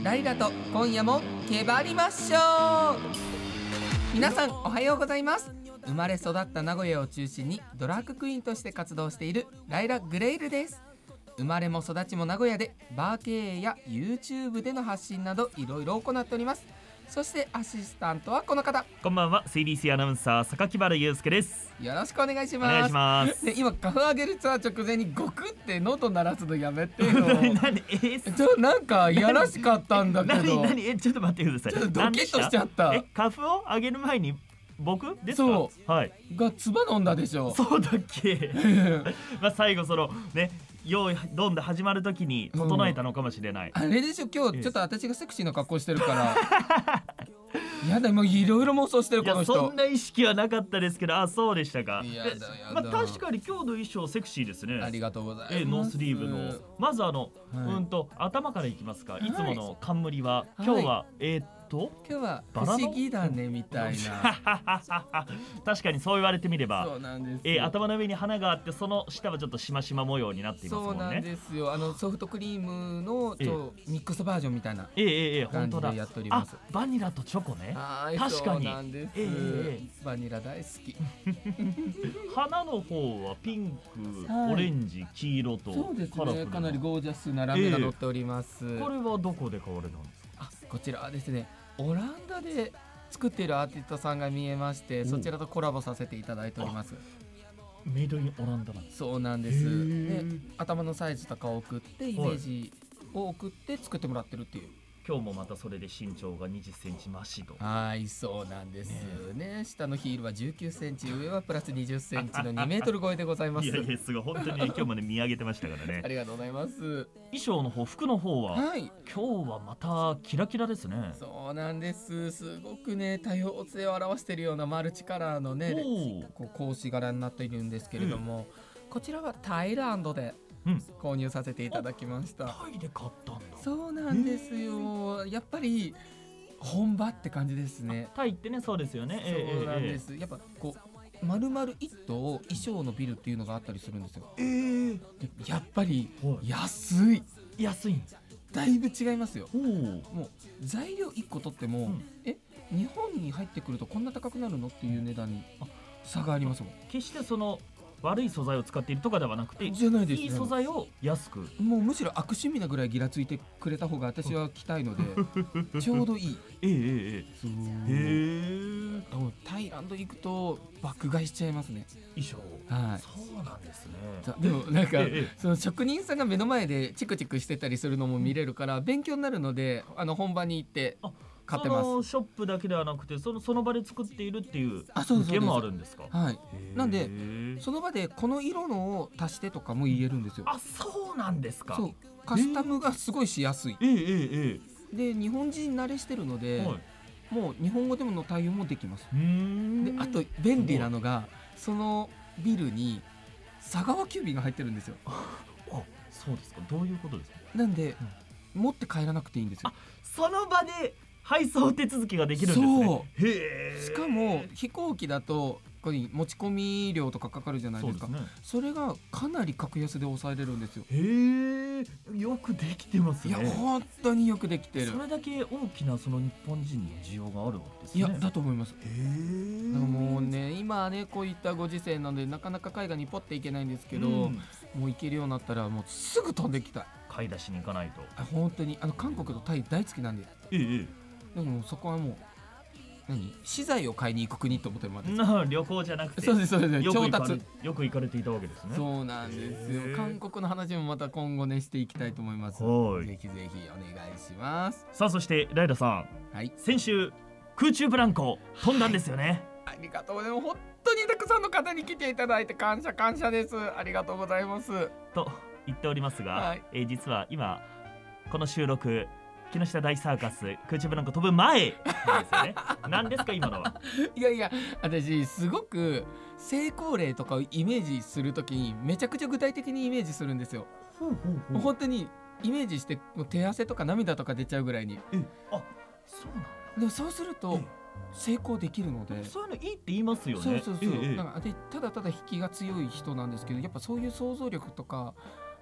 ライラと今夜もけばりましょう。皆さんおはようございます。生まれ育った名古屋を中心にドラッグクイーンとして活動しているライラ・グレイルです。生まれも育ちも名古屋でバー経営や YouTube での発信などいろいろ行っております。そしてアシスタントはこの方。 こんばんは、CBC アナウンサー榊原祐介です。 よろしくお願いします。 お願いします。 で、今花粉上げるツアー直前にゴクって喉鳴らすのやめてよ。 何なんかいやらしかったんだけど。 何ちょっと待ってください。 ちょっとドキッとしちゃった。 花粉を上げる前に僕ですか？ そう、 はい、 が唾飲んだでしょ。 そうだっけまあ最後そのね、用意どんで始まるときに整えたのかもしれない、 あれでしょ、今日ちょっと私がセクシーな格好してるからやだ、もういろいろ妄想してるこの人。 そんな意識はなかったですけど、あ、そうでしたか。 やだやだ、 まあ、確かに今日の衣装セクシーですね。 ありがとうございます。 ノースリーブのまず頭からいきますか。いつもの冠は、今日は今日は不思議だねみたいな確かにそう言われてみれば、 そうなんです。 頭の上に花があって、その下はちょっとしましま模様になっていますもんね。 そうなんですよ。ソフトクリームのミックスバージョンみたいな感じでやっております。 バニラとチョコね。 確かにそうなんです、バニラ大好き花の方はピンク、オレンジ、黄色とそうですね、かなりゴージャスなラメが乗っております。 これはどこで買われたんですか？ こちらはですね、オランダで作っているアーティストさんが見えまして、そちらとコラボさせていただいております。 メイドインオランダなんです。 そうなんです。で、頭のサイズとかを送ってイメージを送って作ってもらってるっていう。 今日もまたそれで身長が20センチ増しと。 はい、そうなんですね。下のヒールは19センチ、上はプラス20センチの2メートル超えでございます。 いやいや、すごい、本当に、今日まで見上げてましたからねありがとうございます。 衣装の方、服の方は、 はい、 今日はまたキラキラですね。 そうなんです。すごくね、多様性を表しているようなマルチカラーのね、格子柄になっているんですけれども、こちらはタイランドで購入させていただきました。 タイで買ったんだ。 そうなんですよ。やっぱり本場って感じですね。 タイってね、そうですよね。 そうなんです。やっぱこう丸々一棟衣装のビルっていうのがあったりするんですよ。でやっぱり安いんです。 だいぶ違いますよ。もう材料1個取っても、日本に入ってくるとこんな高くなるのっていう値段に差がありますもん。 決してその悪い素材を使っているとかではなくて、 じゃないです。 いい素材を安く、 もうむしろ悪趣味なぐらいギラついてくれた方が私は着たいのでちょうどいい。タイランド行くと爆買いしちゃいますね、衣装。そうなんですね。でもなんか、その職人さんが目の前でチクチクしてたりするのも見れるから勉強になるので、本場に行って買ってます。 そのショップだけではなくて、その場で作っているっていう受けもあるんですか？ はい。なんでその場でこの色のを足してとかも言えるんですよ。 そうなんですか。 そう、カスタムがすごいしやすい。で、日本人慣れしてるので、もう日本語でもの対応もできます。で、あと便利なのが、そのビルに佐川急便が入ってるんですよ。 そうですか。どういうことですか？ なんで、持って帰らなくていいんですよ。 その場で配送手続きができるんですね。 そう。しかも飛行機だとここに持ち込み料とかかかるじゃないですか。それがかなり格安で抑えれるんですよ。 よくできてますね。 いや、本当によくできてる。 それだけ大きなその日本人の需要があるわけですね。 いや、だと思います。もうね、今ね、こういったご時世なのでなかなか海外にポッて行けないんですけど、もう行けるようになったらもうすぐ飛んできたい。 買い出しに行かないと。 本当に韓国とタイ大好きなんで。でもそこはもう資材を買いに行く国と思ってるまで。 旅行じゃなくて、 そうです、調達。 よく行かれていたわけですね。 そうなんですよ。韓国の話もまた今後ねしていきたいと思います。ぜひぜひお願いします。 さあ、そしてライラさん、先週空中ブランコ飛んだんですよね。 ありがとうございます。本当にたくさんの方に来ていただいて感謝です。ありがとうございます。 と言っておりますが、実は今この収録、木下大サーカス空中ブランコ飛ぶ前なんですよね。何ですか今のは。 いや、私すごく成功例とかをイメージするときにめちゃくちゃ具体的にイメージするんですよ。本当にイメージしてもう手汗とか涙とか出ちゃうぐらいに。 そうなんだ。 でもそうすると成功できるので、 そういうのいいって言いますよね。 なんかただただ引きが強い人なんですけど、やっぱそういう想像力とか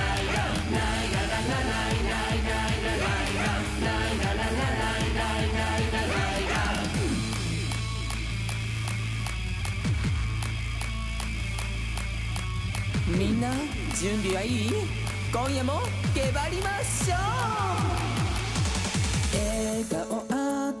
みんな準備はいい？今夜もけばりましょう。笑顔あっ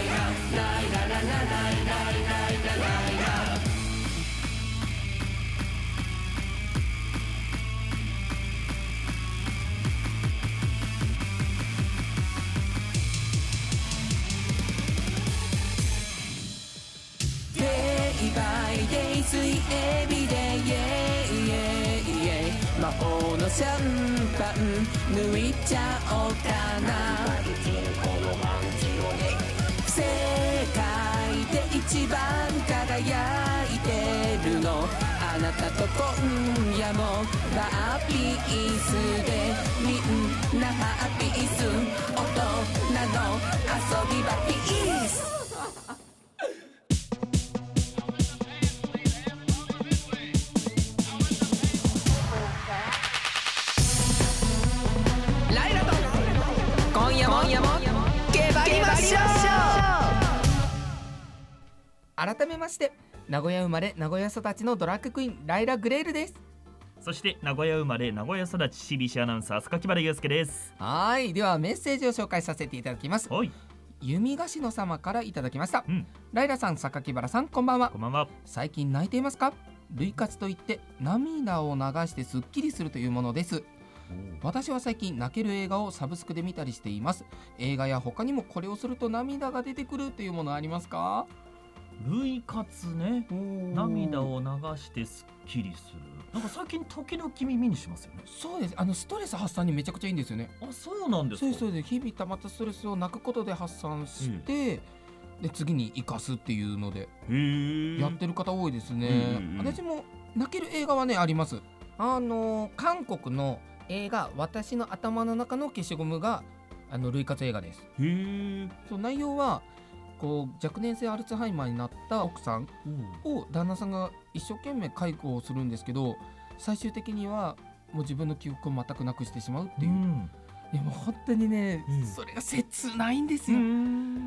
水エビで魔法のシャンパン抜いちゃおうかな世界で一番輝いてるのあなたと今夜もバーピースでみんなハッピース大人の遊び場ピース今夜もけばりましょう。改めまして名古屋生まれ名古屋育ちのドラッグクイーンライラ・グレールです。 そして名古屋生まれ名古屋育ち CBC アナウンサー榊原祐介です。 はい、ではメッセージを紹介させていただきます。弓ヶ篠様からいただきました、ライラさん、榊原さん、こんばんは。 こんばんは。 最近泣いていますか？涙活といって涙を流してすっきりするというものです。私は最近泣ける映画をサブスクで見たりしています。映画や他にもこれをすると涙が出てくるというものありますか？ 涙活ね、涙を流してすっきりする。なんか最近時々耳にしますよね。 そうです。ストレス発散にめちゃくちゃいいんですよね。 あ、そうなんですか。 そうです。日々溜まったストレスを泣くことで発散して、で次に生かすっていうのでやってる方多いですね。私も泣ける映画はねあります。韓国の映画私の頭の中の消しゴムが涙活映画です。そう、内容はこう若年性アルツハイマーになった奥さんを旦那さんが一生懸命介護をするんですけど、最終的にはもう自分の記憶を全くなくしてしまうっていう、でも本当にね、それが切ないんですよ。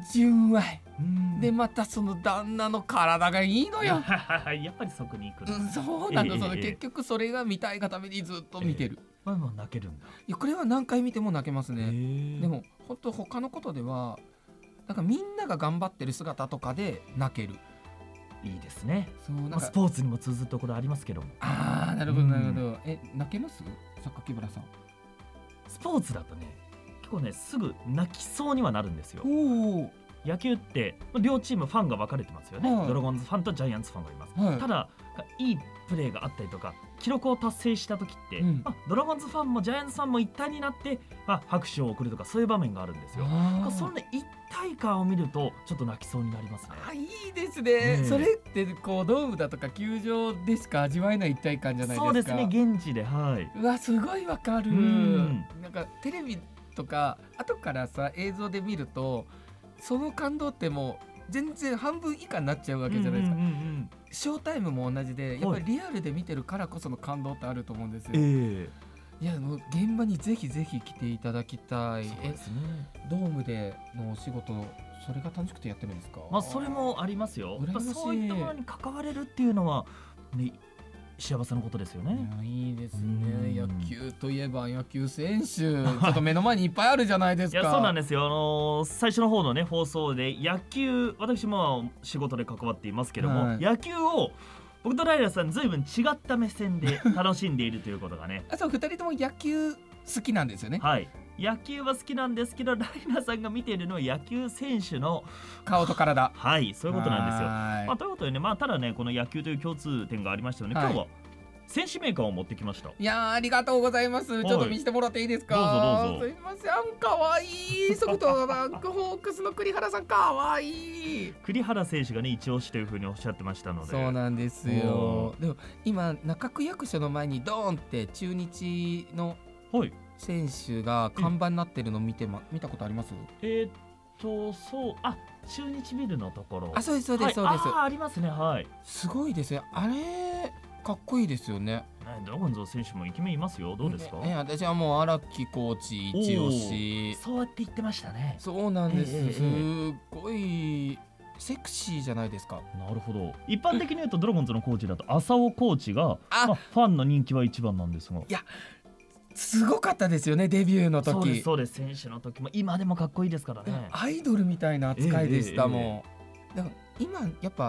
純愛でまたその旦那の体がいいのよ。 やっぱりそこに行くの、 そうなの、結局それが見たいがためにずっと見てる。 まあまあ泣けるんだ。 いやこれは何回見ても泣けますね。でも本当他のことではなんかみんなが頑張ってる姿とかで泣ける。 いいですね。 そうなんかスポーツにも通ずるところありますけど。 ああなるほどなるほど。泣けます榊原さん。 スポーツだとね結構ねすぐ泣きそうにはなるんですよ。野球って両チームファンが分かれてますよね、ドラゴンズファンとジャイアンツファンがいます、ただいいプレーがあったりとか記録を達成した時って、ドラゴンズファンもジャイアンツファンも一体になって、拍手を送るとかそういう場面があるんですよ。その一体感を見るとちょっと泣きそうになりますね。 いいですね、それってこうドームだとか球場でしか味わえない一体感じゃないですか。 そうですね、現地で。 うわすごいわかる。なんかテレビとか後からさ映像で見るとその感動ってもう全然半分以下になっちゃうわけじゃないですか。ショータイムも同じでやっぱりリアルで見てるからこその感動ってあると思うんですよ。いやもう現場にぜひぜひ来ていただきたい。ドームでのお仕事それが楽しくてやってるんですか？ それもありますよ。そういったものに関われるっていうのは、ね、幸せなことですよね。 いいですね。野球といえば野球選手ちょっと目の前にいっぱいあるじゃないですか。 いやそうなんですよ。最初の方のね放送で野球私も仕事で関わっていますけども、野球を僕とライラさんずいぶん違った目線で楽しんでいるということがねそう2人とも野球好きなんですよね。 野球は好きなんですけどライラさんが見ているのは野球選手の顔と体。 そういうことなんですよ。ということでね、ただねこの野球という共通点がありましたよね。今日は選手メーカーを持ってきました。 いやありがとうございます。ちょっと見せてもらっていいですか？ どうぞすいません。かわいい。ソフトバンクホークスの栗原さんかわいい。 栗原選手がね一押しというふうにおっしゃってましたので。 そうなんですよ。でも今中区役所の前にドーンって中日の選手が看板になってるの見たことあります？ そう中日ビルのところ。 そうですそうですそうです。 ありますね。 すごいですよ。あれかっこいいですよね。 ドラゴンズの選手もイケメンいますよ。どうですか？ 私はもう荒木コーチ一押し。 そうやって言ってましたね。 そうなんです。すごいセクシーじゃないですか。 なるほど。一般的に言うとドラゴンズのコーチだと浅尾コーチがファンの人気は一番なんですが。いやすごかったですよねデビューの時。 そうです選手の時も今でもかっこいいですからね。 アイドルみたいな扱いでしたもん。だから今やっぱ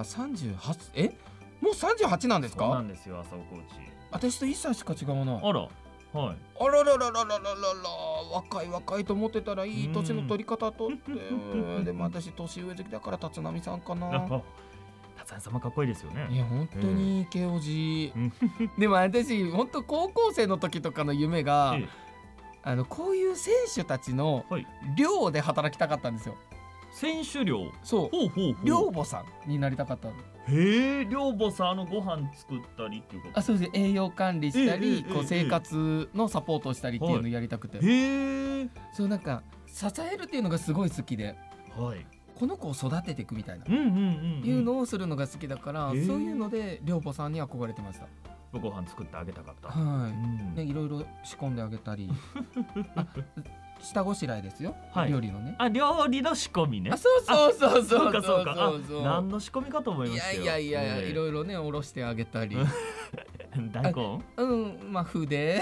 38もう38なんですか？ そうなんですよ浅尾コーチ。 私と1歳しか違わない。 あららららららららら若いと思ってたらいい年の取り方とってでも私年上好きだから立浪さんかな。 立浪さんもかっこいいですよね。 いや本当にイケオジでも私本当高校生の時とかの夢がこういう選手たちの寮で働きたかったんですよ。 選手寮。 そう寮母さんになりたかったの。 寮母さんご飯作ったりっていうこと？ そうです。栄養管理したり生活のサポートをしたりっていうのをやりたくて、そうなんか支えるっていうのがすごい好きで、この子を育てていくみたいないうのをするのが好きだから、そういうので寮母さんに憧れてました。 ご飯作ってあげたかった。 いろいろ仕込んであげたり下ごしらえですよ、料理のね。 料理の仕込みね。 そうか何の仕込みかと思いましたよ。 いやいろいろねおろしてあげたり大根筆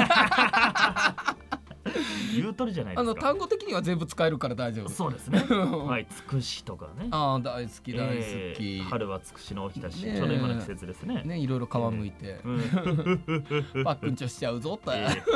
言うとるじゃないですか。 単語的には全部使えるから大丈夫。 そうですね。つくしとかね。 大好き。 春はつくしのおひたし。ちょうど今の季節ですね。 いろいろ皮むいてパックンチョしちゃうぞって。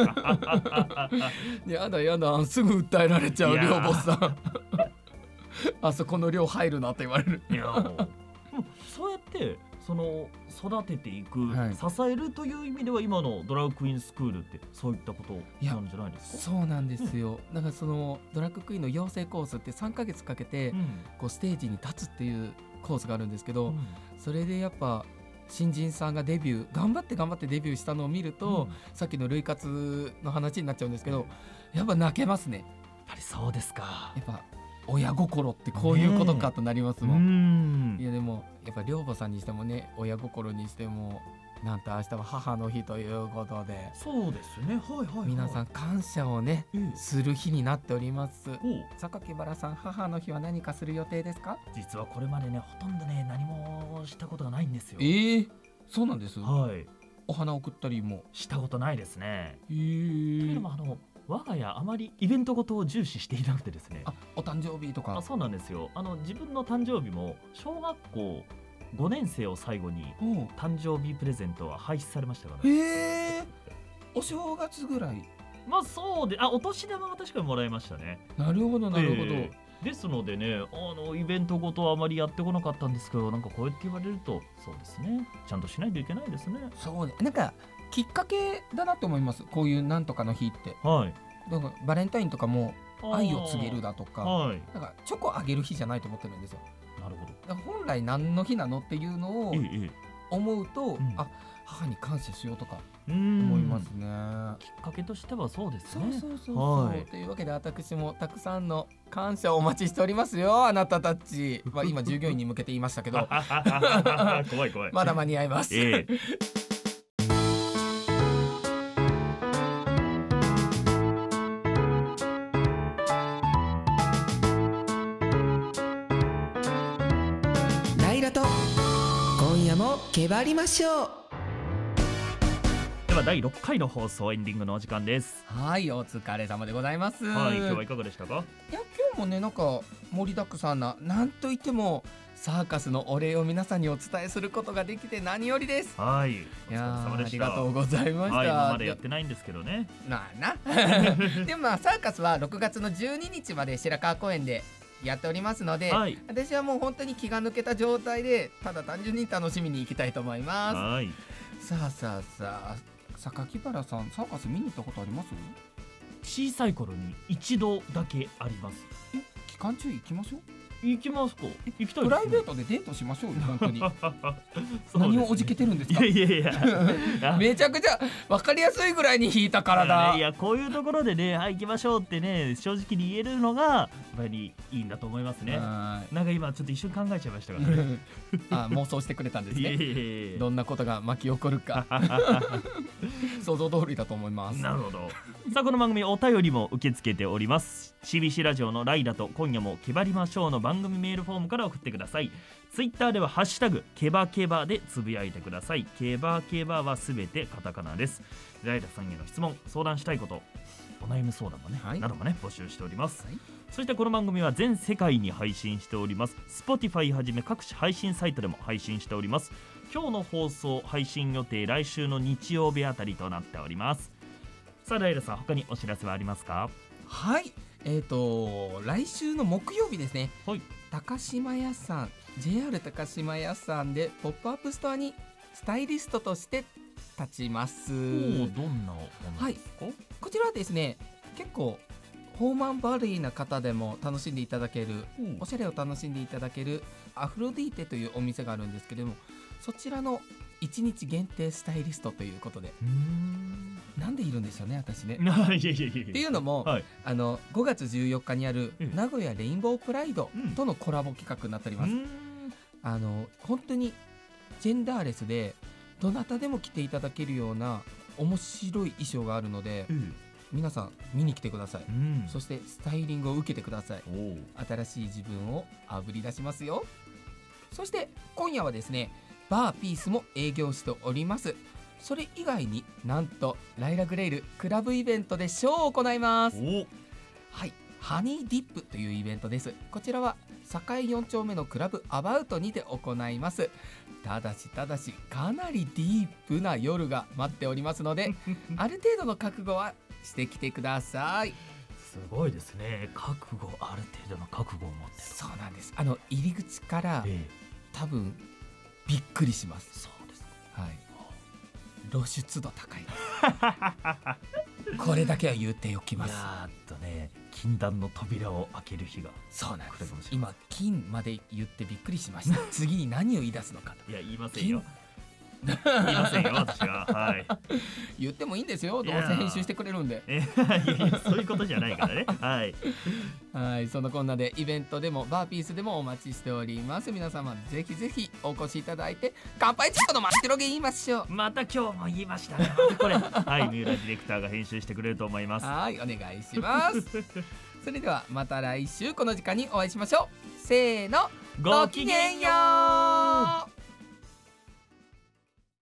やだすぐ訴えられちゃう寮母さん。あそこの寮入るなって言われる。 そうやって育てていく、支えるという意味では今のドラァグクイーンスクールってそういったことなんじゃないですか？ そうなんですよ。だからドラッグクイーンの養成コースって3ヶ月かけてステージに立つっていうコースがあるんですけど、それでやっぱ新人さんがデビュー頑張ってデビューしたのを見ると、さっきの類活の話になっちゃうんですけど、やっぱ泣けますね。 やっぱりそうですか。 やっぱ親心ってこういうことかとなりますもん。いやでもやっぱ寮母さんにしてもね親心にしてもなんと明日は母の日ということで、 そうですね、はいはい、はい、 皆さん感謝をね、する日になっております。 お榊原さん、母の日は何かする予定ですか？ 実はこれまでね、ほとんどね何もしたことがないんですよ。 そうなんです。 はい、 お花送ったりもしたことないですね。というのも我が家あまりイベントごとを重視していなくてですね。 お誕生日とか。 そうなんですよ。自分の誕生日も小学校5年生を最後に誕生日プレゼントは廃止されましたから。 お正月ぐらい。 そうで、お年玉は確かにもらいましたね。 なるほどなるほど。 ですのでね、イベントごとはあまりやってこなかったんですけど、なんかこうやって言われると、そうですね、ちゃんとしないといけないですね。 そうね、なんかきっかけだなと思います。こういうなんとかの日って。 はい。 だからバレンタインとかも愛を告げるだとか、 はい、 なんかチョコあげる日じゃないと思ってるんですよ。 なるほど。 だから本来何の日なのっていうのを思うと、母に感謝しようとか思いますね。 きっかけとしてはそうですね。 はい、というわけで私もたくさんの感謝をお待ちしておりますよ、あなたたち。今従業員に向けて言いましたけど怖い怖い。 まだ間に合います。ライラと今夜もけばりましょう。 では第6回の放送エンディングのお時間です。 はい、お疲れ様でございます。 はい、今日はいかがでしたか？ いや、今日もね、なんか盛りだくさんな、なんといってもサーカスのお礼を皆さんにお伝えすることができて何よりです。 はい、 いやありがとうございました。 今までやってないんですけどね。 でもサーカスは6月の12日まで白川公園でやっておりますので、私はもう本当に気が抜けた状態でただ単純に楽しみに行きたいと思います。 はい。 さあ榊原さん、サーカス見に行ったことあります？ 小さい頃に一度だけあります。 期間中行きましょう。 行きますか？行きたいですね。 プライベートでデートしましょうよ、本当に。何をおじけてるんですか？ いやめちゃくちゃ分かりやすいぐらいに引いた体。 いや、こういうところでね、行きましょうってね、正直に言えるのがやっぱりいいんだと思いますね。なんか今ちょっと一瞬考えちゃいましたからね。 妄想してくれたんですね。どんなことが巻き起こるか想像通りだと思います。 なるほど。さあ、この番組お便りも受け付けております。 CBC ラジオのライダと今夜もけばりましょうの番組メールフォームから送ってください。ツイッターではハッシュタグケバケバでつぶやいてください。ケバケバはすべてカタカナです。ライダさんへの質問、相談したいこと、お悩み相談もね、などもね募集しております。そしてこの番組は全世界に配信しております。 Spotify はじめ各種配信サイトでも配信しております。今日の放送配信予定来週の日曜日あたりとなっております。さあ、ライダさん、他にお知らせはありますか？ はい、来週の木曜日ですね、高島屋さん JR 高島屋さんでポップアップストアにスタイリストとして立ちます。どんなものですか？ こちらはですね、結構ホーマンバリーな方でも楽しんでいただける、おしゃれを楽しんでいただけるアフロディーテというお店があるんですけれども、そちらの1日限定スタイリストということで、なんでいるんですよね、私ね。っていうのも、5月14日にある名古屋レインボープライドとのコラボ企画になっております。本当にジェンダーレスでどなたでも着ていただけるような面白い衣装があるので、皆さん見に来てください。そしてスタイリングを受けてください。新しい自分をあぶり出しますよ。そして今夜はですね、バーピースも営業しております。それ以外になんとライラグレイルクラブイベントでショーを行います。はい、ハニーディップというイベントです。こちらは栄4丁目のクラブアバウトにて行います。ただしかなりディープな夜が待っておりますのである程度の覚悟はしてきてください。 すごいですね、ある程度の覚悟を持ってる。 そうなんです。入り口から、多分びっくりします。 そうですか。はい。露出度高いですこれだけは言っておきます。 禁断の扉を開ける日が。 そうなんです。今金まで言ってびっくりしました次に何を言い出すのかと。 いや、言いませんよ言いませんよ、私は。 はい、 言ってもいいんですよ、どうせ編集してくれるんで。 いやそういうことじゃないからね。はい、 はい、そのこんなでイベントでもバーピースでもお待ちしております。皆様ぜひぜひお越しいただいて、乾杯チップのマッシュロゲ言いましょう。 また今日も言いましたね。これはい、三浦ディレクターが編集してくれると思います。 はい、お願いしますそれではまた来週この時間にお会いしましょう。せーの、ごきげんよう。